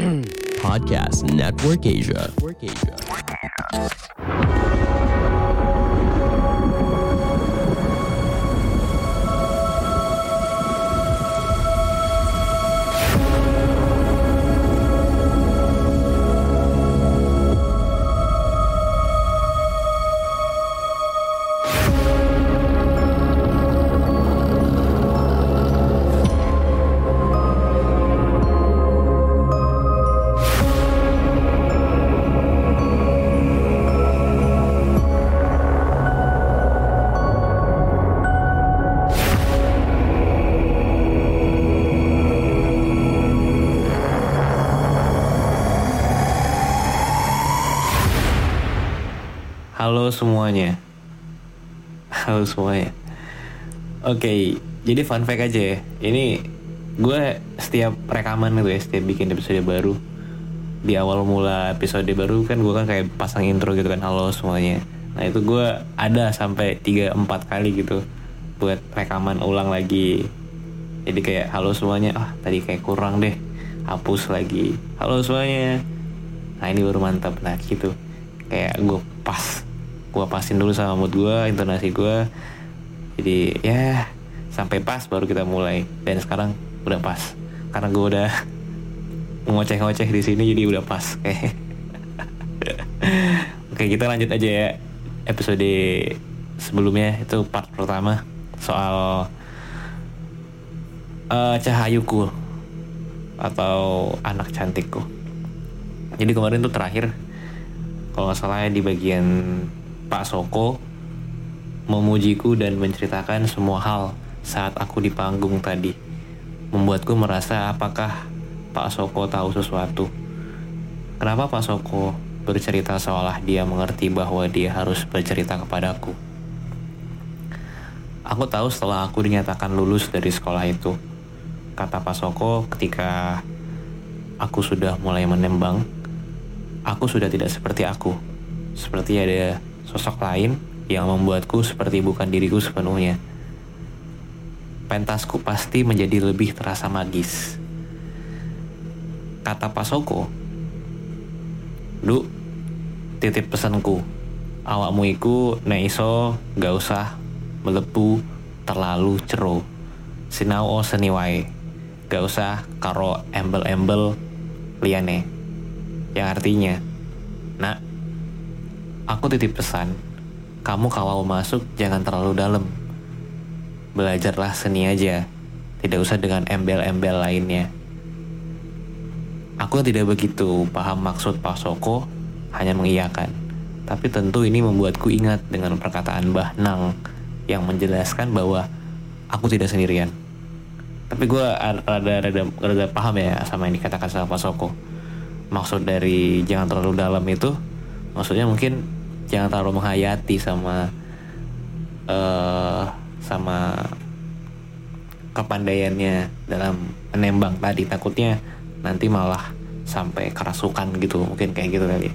Podcast Network Asia. Halo semuanya. Oke, jadi fun fact aja ya. Ini gue setiap rekaman gitu ya, setiap bikin episode baru, di awal mula episode baru kan gue kan kayak pasang intro gitu kan, halo semuanya. Nah itu gue ada sampai 3-4 kali gitu buat rekaman ulang lagi. Jadi kayak halo semuanya, tadi kayak kurang deh, hapus lagi. Halo semuanya. Nah ini baru mantap. Nah gitu, kayak gue pasin dulu sama mood gue, intonasi gue. Jadi ya sampai pas baru kita mulai. Dan sekarang udah pas karena gue udah ngoceh-ngoceh di sini, jadi udah pas. Oke, kita lanjut aja ya. Episode sebelumnya itu part pertama soal Cahayuku atau anak cantikku. Jadi kemarin tuh terakhir, kalau nggak salah di bagian Pak Soko memujiku dan menceritakan semua hal saat aku di panggung tadi. Membuatku merasa apakah Pak Soko tahu sesuatu. Kenapa Pak Soko bercerita seolah dia mengerti bahwa dia harus bercerita kepadaku. Aku tahu setelah aku dinyatakan lulus dari sekolah itu, kata Pak Soko, ketika aku sudah mulai menembang, aku sudah tidak seperti aku. Seperti ada sosok lain yang membuatku seperti bukan diriku sepenuhnya. Pentasku pasti menjadi lebih terasa magis. Kata Pak Soko, "Du, titip pesanku. Awakmu iku nek iso gak usah melebu terlalu jero. Sinau seni wae. Gak usah karo embel-embel liyane." Yang artinya, "Nak, aku titip pesan, kamu kalau masuk jangan terlalu dalam. Belajarlah seni aja, tidak usah dengan embel-embel lainnya." Aku tidak begitu paham maksud Pak Soko, hanya mengiyakan. Tapi tentu ini membuatku ingat dengan perkataan Mbah Nang yang menjelaskan bahwa aku tidak sendirian. Tapi gue rada paham ya sama yang dikatakan sama Pak Soko. Maksud dari jangan terlalu dalam itu, maksudnya mungkin jangan terlalu menghayati sama kepandaiannya dalam menembang tadi. Takutnya nanti malah sampai kerasukan gitu, mungkin kayak gitu kali.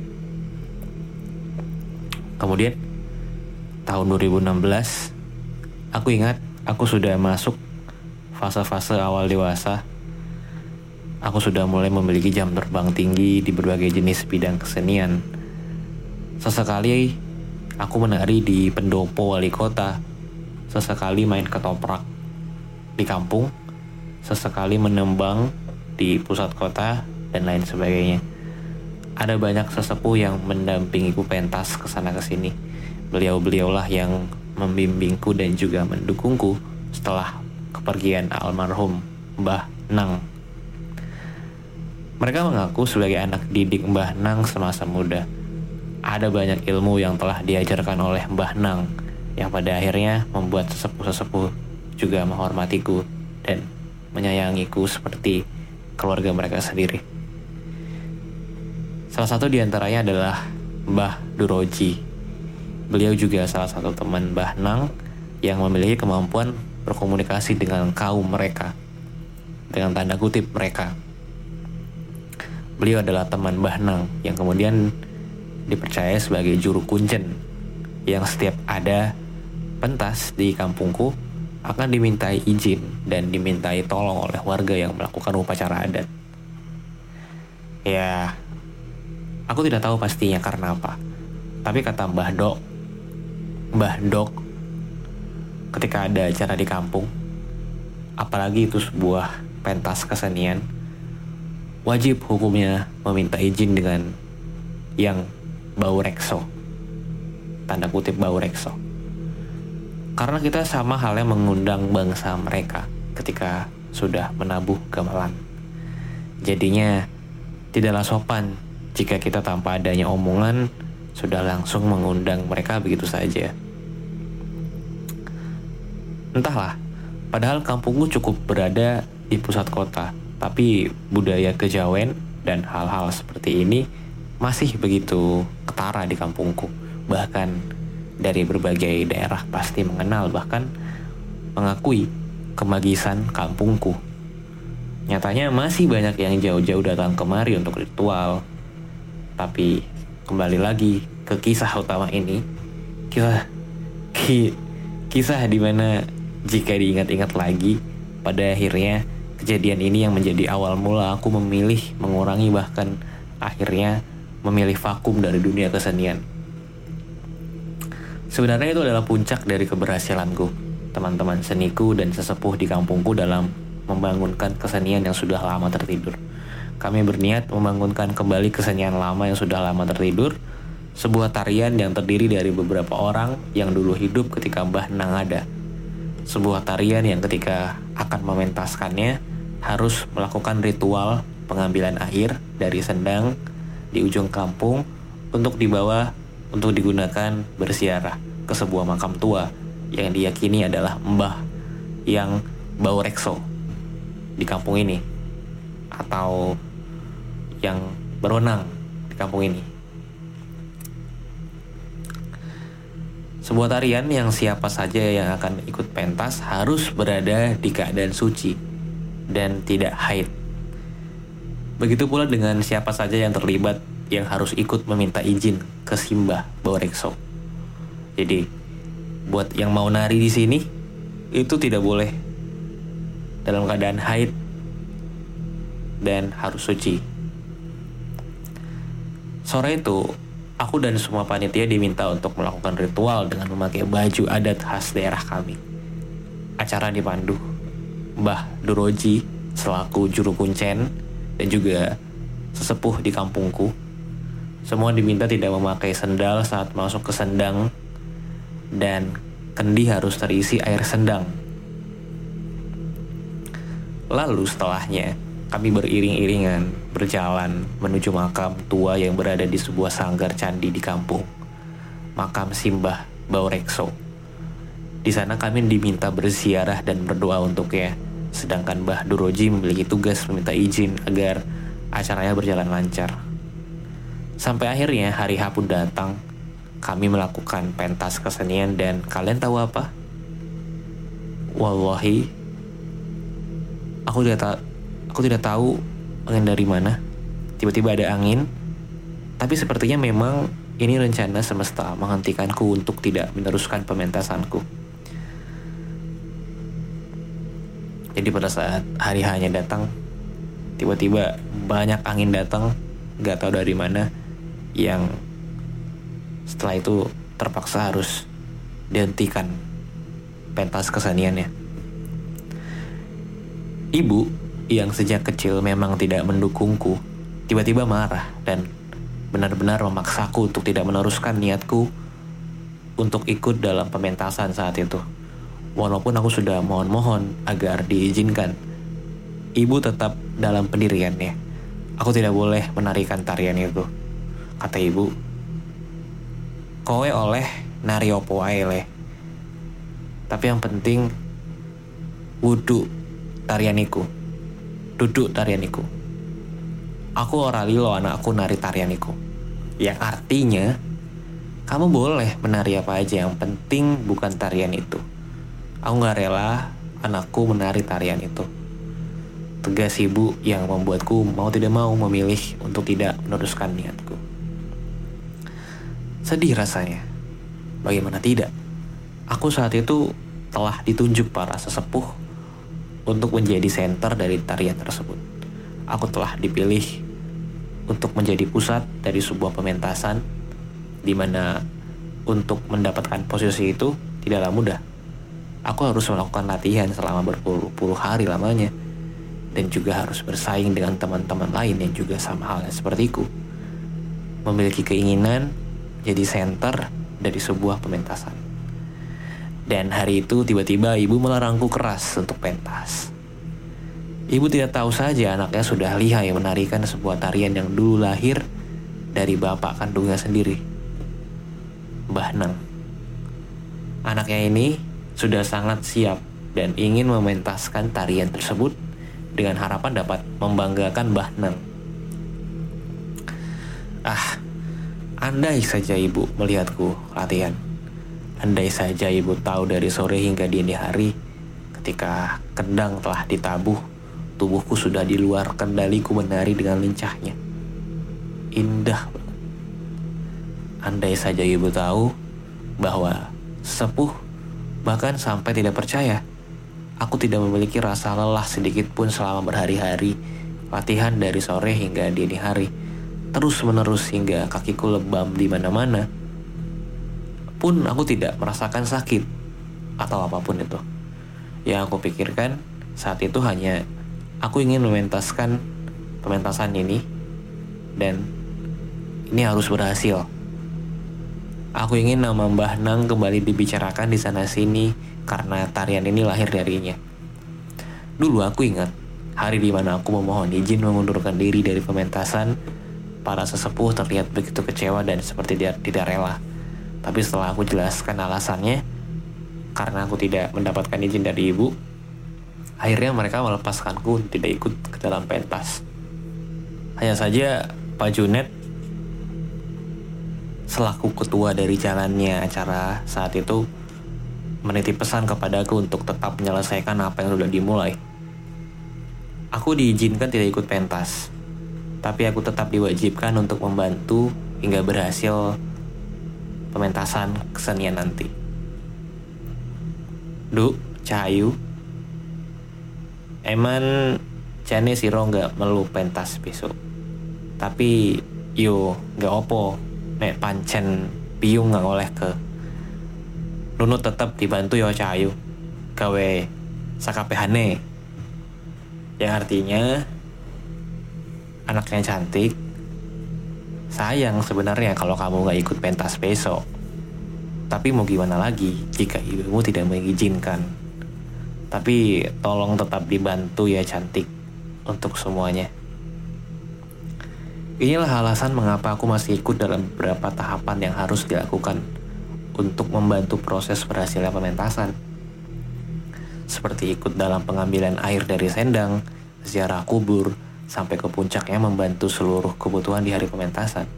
Kemudian tahun 2016, aku ingat aku sudah masuk fase-fase awal dewasa. Aku sudah mulai memiliki jam terbang tinggi di berbagai jenis bidang kesenian. Sesekali aku menari di pendopo wali kota, sesekali main ketoprak di kampung, sesekali menembang di pusat kota, dan lain sebagainya. Ada banyak sesepuh yang mendampingiku pentas kesana kesini. Beliau-beliaulah yang membimbingku dan juga mendukungku setelah kepergian almarhum Mbah Nang. Mereka mengaku sebagai anak didik Mbah Nang semasa muda. Ada banyak ilmu yang telah diajarkan oleh Mbah Nang, yang pada akhirnya membuat sesepuh-sesepuh juga menghormatiku dan menyayangiku seperti keluarga mereka sendiri. Salah satu diantaranya adalah Mbah Duroji. Beliau juga salah satu teman Mbah Nang yang memiliki kemampuan berkomunikasi dengan kaum mereka, dengan tanda kutip mereka. Beliau adalah teman Mbah Nang yang kemudian dipercaya sebagai juru kuncen, yang setiap ada pentas di kampungku akan dimintai izin dan dimintai tolong oleh warga yang melakukan upacara adat. Ya, aku tidak tahu pastinya karena apa. Tapi kata Mbah Dok, ketika ada acara di kampung, apalagi itu sebuah pentas kesenian, wajib hukumnya meminta izin dengan yang bau rekso. Tanda kutip bau rekso. Karena kita sama halnya mengundang bangsa mereka ketika sudah menabuh gamelan. Jadinya tidaklah sopan jika kita tanpa adanya omongan sudah langsung mengundang mereka begitu saja. Entahlah, padahal kampungku cukup berada di pusat kota, tapi budaya kejawen dan hal-hal seperti ini masih begitu ketara di kampungku. Bahkan dari berbagai daerah pasti mengenal, bahkan mengakui kemagisan kampungku. Nyatanya masih banyak yang jauh-jauh datang kemari untuk ritual. Tapi kembali lagi ke kisah utama ini, kisah di mana jika diingat-ingat lagi, pada akhirnya kejadian ini yang menjadi awal mula aku memilih mengurangi, bahkan akhirnya memilih vakum dari dunia kesenian. Sebenarnya itu adalah puncak dari keberhasilanku, teman-teman seniku dan sesepuh di kampungku dalam membangunkan kesenian yang sudah lama tertidur. Kami berniat membangunkan kembali kesenian lama yang sudah lama tertidur, sebuah tarian yang terdiri dari beberapa orang yang dulu hidup ketika Mbah Nang ada. Sebuah tarian yang ketika akan mementaskannya harus melakukan ritual pengambilan air dari sendang di ujung kampung untuk dibawa untuk digunakan bersiarah ke sebuah makam tua yang diyakini adalah Mbah yang bau rekso di kampung ini, atau yang berwenang di kampung ini. Sebuah tarian yang siapa saja yang akan ikut pentas harus berada di keadaan suci dan tidak haid. Begitu pula dengan siapa saja yang terlibat yang harus ikut meminta izin ke Simbah Bau Rekso. Jadi, buat yang mau nari di sini itu tidak boleh dalam keadaan haid dan harus suci. Sore itu, aku dan semua panitia diminta untuk melakukan ritual dengan memakai baju adat khas daerah kami. Acara dipandu Mbah Duroji selaku juru kuncen dan juga sesepuh di kampungku. Semua diminta tidak memakai sendal saat masuk ke sendang dan kendi harus terisi air sendang. Lalu setelahnya, kami beriring-iringan berjalan menuju makam tua yang berada di sebuah sanggar candi di kampung. Makam Simbah Bau Rekso. Di sana kami diminta berziarah dan berdoa untuknya, sedangkan Mbah Duroji memiliki tugas meminta izin agar acaranya berjalan lancar. Sampai akhirnya hari H pun datang. Kami melakukan pentas kesenian dan kalian tahu apa? Wallahi, aku tidak tahu angin dari mana. Tiba-tiba ada angin, tapi sepertinya memang ini rencana semesta menghentikanku untuk tidak meneruskan pementasanku. Jadi pada saat hari H-nya datang, tiba-tiba banyak angin datang, gak tahu dari mana, yang setelah itu terpaksa harus dihentikan pentas keseniannya. Ibu yang sejak kecil memang tidak mendukungku, tiba-tiba marah dan benar-benar memaksaku untuk tidak meneruskan niatku untuk ikut dalam pementasan saat itu. Walaupun aku sudah mohon-mohon agar diizinkan, ibu tetap dalam pendiriannya. Aku tidak boleh menarikan tarian itu. Kata ibu, kowe oleh nari opo ae le. Tapi yang penting wudu tarianiku, duduk tarianiku. Aku ora lilo anakku nari tarianiku. Yang artinya kamu boleh menari apa aja, yang penting bukan tarian itu. Aku gak rela anakku menari tarian itu. Tegas ibu yang membuatku mau tidak mau memilih untuk tidak meneruskan niatku. Sedih rasanya. Bagaimana tidak? Aku saat itu telah ditunjuk para sesepuh untuk menjadi senter dari tarian tersebut. Aku telah dipilih untuk menjadi pusat dari sebuah pementasan, di mana untuk mendapatkan posisi itu tidaklah mudah. Aku harus melakukan latihan selama berpuluh-puluh hari lamanya, dan juga harus bersaing dengan teman-teman lain yang juga sama halnya sepertiku, memiliki keinginan jadi center dari sebuah pementasan. Dan hari itu tiba-tiba ibu melarangku keras untuk pentas. Ibu tidak tahu saja anaknya sudah lihai menarikan sebuah tarian yang dulu lahir dari bapak kandungnya sendiri, Mbah Nang. Anaknya ini sudah sangat siap dan ingin mementaskan tarian tersebut dengan harapan dapat membanggakan Mbah Nang. Andai saja ibu melihatku latihan. Andai saja ibu tahu dari sore hingga dini hari, ketika kendang telah ditabuh, tubuhku sudah di luar kendaliku menari dengan lincahnya. Indah. Andai saja ibu tahu bahwa sepuh, bahkan sampai tidak percaya, aku tidak memiliki rasa lelah sedikit pun selama berhari-hari latihan dari sore hingga dini hari, terus menerus hingga kakiku lebam di mana-mana. Pun aku tidak merasakan sakit atau apapun itu. Yang aku pikirkan saat itu hanya aku ingin mementaskan pementasan ini, dan ini harus berhasil. Aku ingin nama Mbah Nang kembali dibicarakan di sana-sini karena tarian ini lahir darinya. Dulu aku ingat hari di mana aku memohon izin mengundurkan diri dari pementasan. Para sesepuh terlihat begitu kecewa dan seperti tidak rela. Tapi setelah aku jelaskan alasannya, karena aku tidak mendapatkan izin dari ibu, akhirnya mereka melepaskanku tidak ikut ke dalam pentas. Hanya saja Pak Junet selaku ketua dari jalannya acara saat itu menitip pesan kepadaku untuk tetap menyelesaikan apa yang sudah dimulai. Aku diizinkan tidak ikut pentas, tapi aku tetap diwajibkan untuk membantu hingga berhasil pementasan kesenian nanti. Duk, Cahayu, eman jane siro nggak melu pentas besok. Tapi yo nggak opo, nek pancen piung nggak oleh ke. Nunut tetap dibantu yo Cahayu, gawe sakapehane. Yang artinya anaknya cantik. Sayang sebenarnya kalau kamu gak ikut pentas besok. Tapi mau gimana lagi jika ibumu tidak mengizinkan. Tapi tolong tetap dibantu ya cantik untuk semuanya. Inilah alasan mengapa aku masih ikut dalam beberapa tahapan yang harus dilakukan untuk membantu proses berhasilnya pementasan. Seperti ikut dalam pengambilan air dari sendang, ziarah kubur, sampai ke puncaknya membantu seluruh kebutuhan di hari pementasan.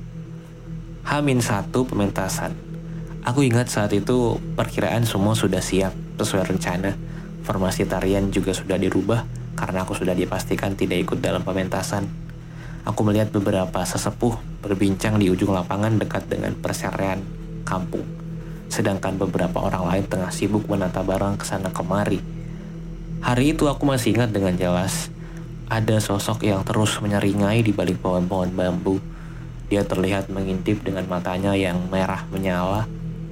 H-1 pementasan. Aku ingat saat itu perkiraan semua sudah siap sesuai rencana. Formasi tarian juga sudah dirubah karena aku sudah dipastikan tidak ikut dalam pementasan. Aku melihat beberapa sesepuh berbincang di ujung lapangan dekat dengan perserean kampung. Sedangkan beberapa orang lain tengah sibuk menata barang kesana kemari. Hari itu aku masih ingat dengan jelas. Ada sosok yang terus menyeringai di balik pohon-pohon bambu. Dia terlihat mengintip dengan matanya yang merah menyala.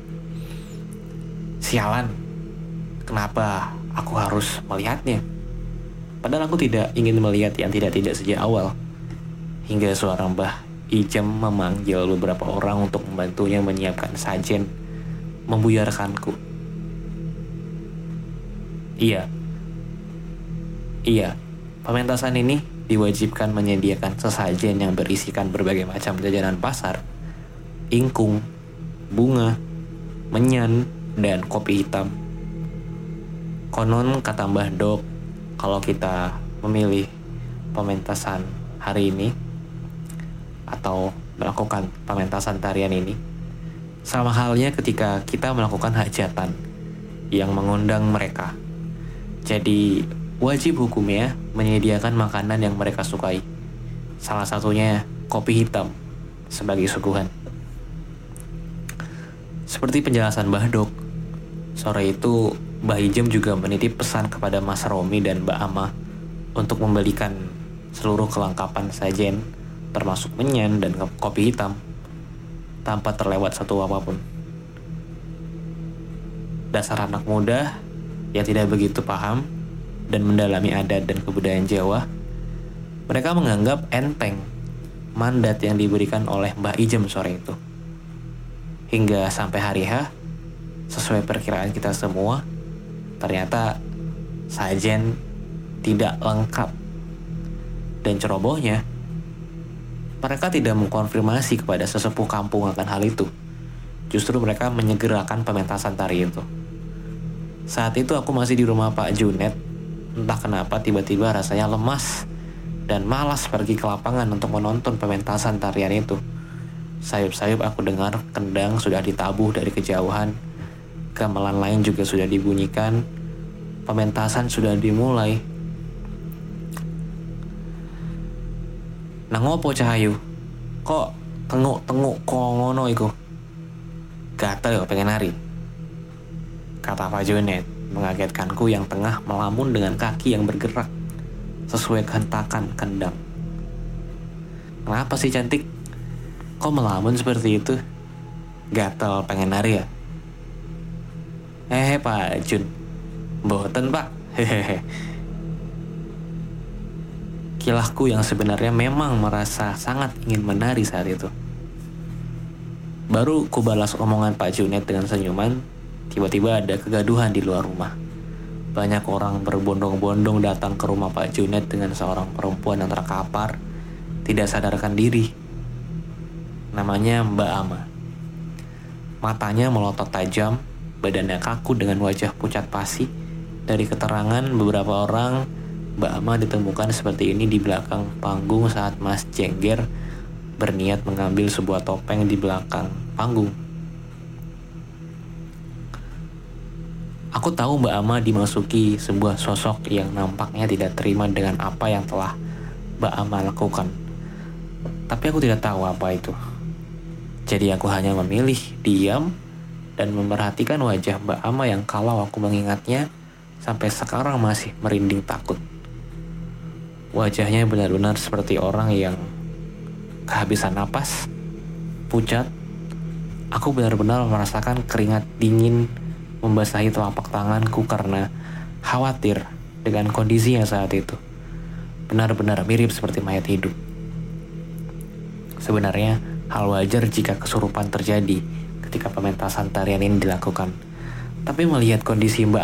Sialan, kenapa aku harus melihatnya? Padahal aku tidak ingin melihat yang tidak-tidak sejak awal. Hingga suara Mbah Ijem memanggil beberapa orang untuk membantunya menyiapkan sajen, membuyarkanku. Iya. Pementasan ini diwajibkan menyediakan sesajen yang berisikan berbagai macam jajanan pasar, ingkung, bunga, menyan, dan kopi hitam. Konon kata Mbah Dok, kalau kita memilih pementasan hari ini atau melakukan pementasan tarian ini, sama halnya ketika kita melakukan hajatan yang mengundang mereka. Jadi wajib hukumnya menyediakan makanan yang mereka sukai. Salah satunya kopi hitam sebagai suguhan. Seperti penjelasan Mbah Dok, sore itu Mbah Ijem juga menitip pesan kepada Mas Romi dan Mbak Ama untuk membelikan seluruh kelengkapan sajen termasuk menyan dan kopi hitam, tanpa terlewat satu apapun. Dasar anak muda yang tidak begitu paham dan mendalami adat dan kebudayaan Jawa, mereka menganggap enteng mandat yang diberikan oleh Mbah Ijem sore itu. Hingga sampai hari H, sesuai perkiraan kita semua, ternyata sajen tidak lengkap. Dan cerobohnya, mereka tidak mengkonfirmasi kepada sesepuh kampung akan hal itu. Justru mereka menyegerakan pementasan tari itu. Saat itu aku masih di rumah Pak Junet. Entah kenapa tiba-tiba rasanya lemas dan malas pergi ke lapangan untuk menonton pementasan tarian itu. Sayup-sayup aku dengar kendang sudah ditabuh dari kejauhan. Gamelan lain juga sudah dibunyikan. Pementasan sudah dimulai. Nang opo Cahayu? Kok tenguk-tenguk kok ngono iku? Gatel pengen nari, kata Pak Junet mengagetkanku yang tengah melamun dengan kaki yang bergerak sesuai hentakan kendang. Kenapa sih cantik? Kok melamun seperti itu? Gatel pengen nari ya? Pak Jun, mboten Pak. Hehehe. Kilahku yang sebenarnya memang merasa sangat ingin menari saat itu. Baru ku balas omongan Pak Junet dengan senyuman. Tiba-tiba ada kegaduhan di luar rumah. Banyak orang berbondong-bondong datang ke rumah Pak Junet dengan seorang perempuan yang terkapar, tidak sadarkan diri. Namanya Mbak Ama. Matanya melotot tajam, badannya kaku dengan wajah pucat pasi. Dari keterangan beberapa orang, Mbak Ama ditemukan seperti ini di belakang panggung saat Mas Jengger berniat mengambil sebuah topeng di belakang panggung. Aku tahu Mbak Ama dimasuki sebuah sosok yang nampaknya tidak terima dengan apa yang telah Mbak Ama lakukan. Tapi aku tidak tahu apa itu. Jadi aku hanya memilih diam dan memperhatikan wajah Mbak Ama yang kalau aku mengingatnya sampai sekarang masih merinding takut. Wajahnya benar-benar seperti orang yang kehabisan napas, pucat. Aku benar-benar merasakan keringat dingin membasahi telapak tanganku karena khawatir dengan kondisinya saat itu. Benar-benar mirip seperti mayat hidup. Sebenarnya hal wajar jika kesurupan terjadi ketika pementasan tarian ini dilakukan. Tapi melihat kondisi Mbak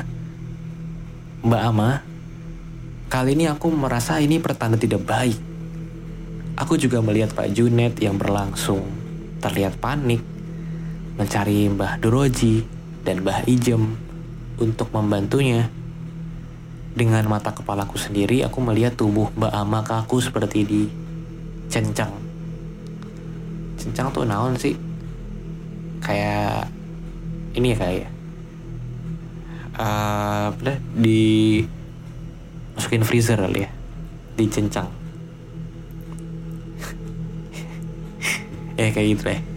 Ama, kali ini aku merasa ini pertanda tidak baik. Aku juga melihat Pak Junet yang berlangsung terlihat panik, mencari Mbah Doroji dan Mbah Ijem untuk membantunya. Dengan mata kepalaku sendiri, aku melihat tubuh Mbak Ama kaku seperti dicencang. Cencang tuh naon sih? Kayak ini ya kayak masukin freezer kali ya, dicencang. Kayak gitu deh.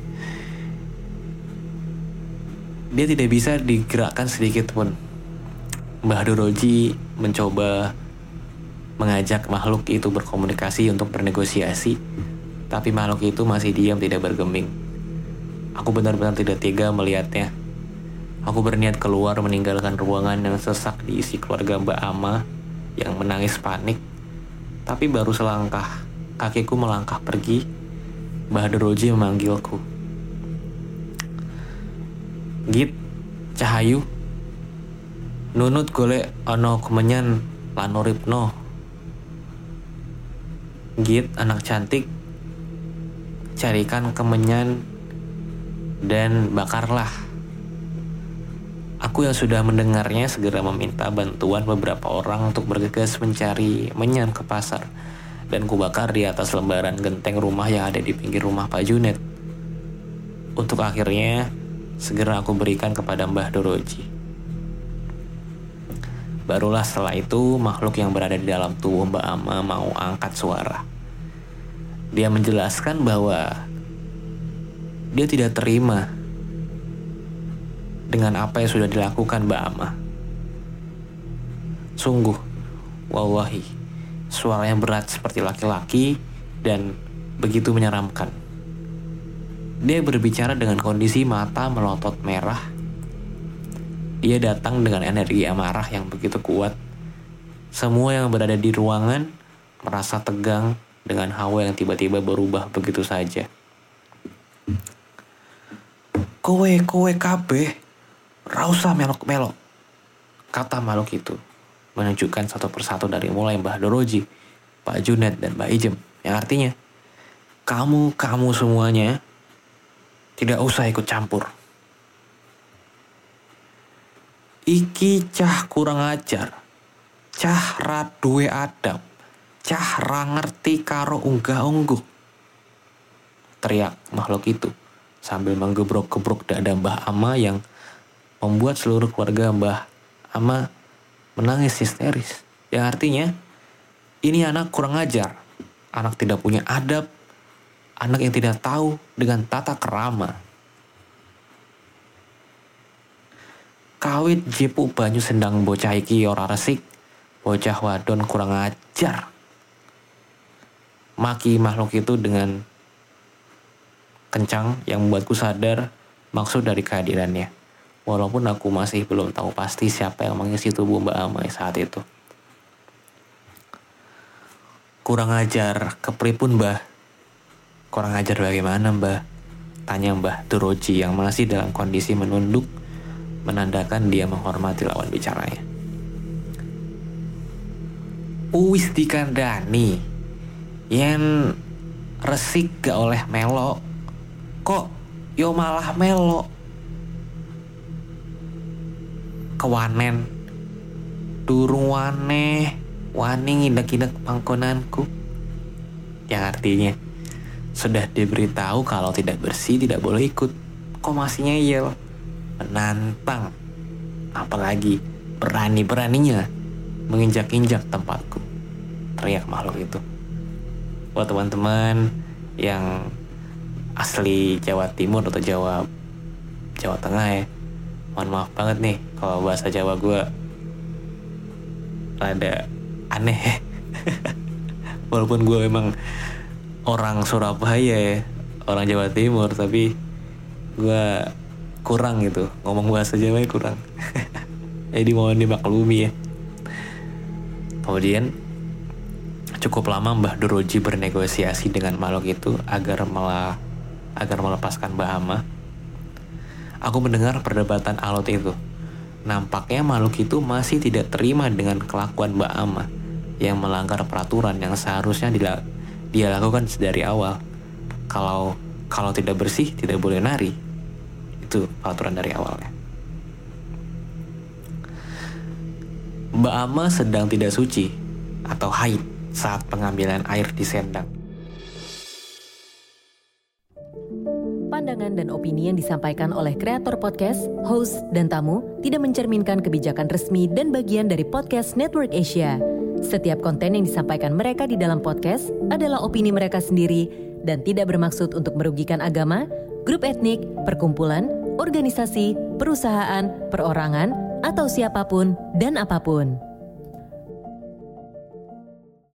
Dia tidak bisa digerakkan sedikit pun. Mbah Doroji mencoba mengajak makhluk itu berkomunikasi untuk bernegosiasi, tapi makhluk itu masih diam, tidak bergeming. Aku benar-benar tidak tega melihatnya. Aku berniat keluar meninggalkan ruangan yang sesak diisi keluarga Mbak Ama yang menangis panik. Tapi baru selangkah, kakiku melangkah pergi, Mbah Doroji memanggilku. Git, Cahayu, nunut golek ana kemenyan lan uripno. Git, anak cantik, carikan kemenyan dan bakarlah. Aku yang sudah mendengarnya segera meminta bantuan beberapa orang untuk bergegas mencari menyan ke pasar dan kubakar di atas lembaran genteng rumah yang ada di pinggir rumah Pak Junet. Untuk akhirnya segera aku berikan kepada Mbah Doroji. Barulah setelah itu makhluk yang berada di dalam tubuh Mbak Ama mau angkat suara. Dia menjelaskan bahwa dia tidak terima dengan apa yang sudah dilakukan Mbak Ama. Sungguh, wallahi, suaranya berat seperti laki-laki dan begitu menyeramkan. Dia berbicara dengan kondisi mata melotot merah. Dia datang dengan energi amarah yang begitu kuat. Semua yang berada di ruangan merasa tegang dengan hawa yang tiba-tiba berubah begitu saja. Kowe kabeh, ra usah melok-melok, kata makhluk itu, menunjukkan satu persatu dari mulai Mbah Doroji, Pak Junet, dan Mbak Ijem, yang artinya, kamu semuanya tidak usah ikut campur. Iki cah kurang ajar, cah ra duwe adab, cah ra ngerti karo unggah-ungguh, teriak makhluk itu sambil menggebrok-gebrok dada Mbah Ama yang membuat seluruh keluarga Mbah Ama menangis histeris. Yang artinya, ini anak kurang ajar, anak tidak punya adab, anak yang tidak tahu dengan tata kerama. Kawit jepu banyu sendang bocah iki ora resik, bocah wadon kurang ajar. Maki makhluk itu dengan kencang yang membuatku sadar maksud dari kehadirannya. Walaupun aku masih belum tahu pasti siapa yang mengisi tubuh Mbak Amai saat itu. Kurang ajar, kepripun Mbah? Kurang ajar bagaimana Mbah? Tanya Mbah Doroji yang masih dalam kondisi menunduk, menandakan dia menghormati lawan bicaranya. Uwis dikandani, yen resik gak oleh melok. Kok yo malah melok? Kewanen durung wani ngindak-indak panggonanku. Yang artinya sudah diberitahu kalau tidak bersih tidak boleh ikut, kok masih ngeyel, menantang, apalagi berani-beraninya menginjak-injak tempatku, teriak makhluk itu. Buat teman-teman yang asli Jawa Timur atau Jawa Tengah ya, mohon maaf banget nih kalau bahasa Jawa gue rada aneh. Walaupun gue emang orang Surabaya ya, orang Jawa Timur, tapi gue kurang gitu, ngomong bahasa Jawa kurang. Jadi mohon dimaklumi ya. Kemudian cukup lama Mbah Doroji bernegosiasi dengan makhluk itu agar melepaskan Mbah Ama. Aku mendengar perdebatan alot itu. Nampaknya makhluk itu masih tidak terima dengan kelakuan Mbak Ama yang melanggar peraturan yang seharusnya dia lakukan dari awal. Kalau tidak bersih tidak boleh nari. Itu peraturan dari awalnya. Mbak Ama sedang tidak suci atau haid saat pengambilan air di sendang. Pandangan dan opini yang disampaikan oleh kreator podcast, host, dan tamu tidak mencerminkan kebijakan resmi dan bagian dari Podcast Network Asia. Setiap konten yang disampaikan mereka di dalam podcast adalah opini mereka sendiri dan tidak bermaksud untuk merugikan agama, grup etnik, perkumpulan, organisasi, perusahaan, perorangan, atau siapapun dan apapun.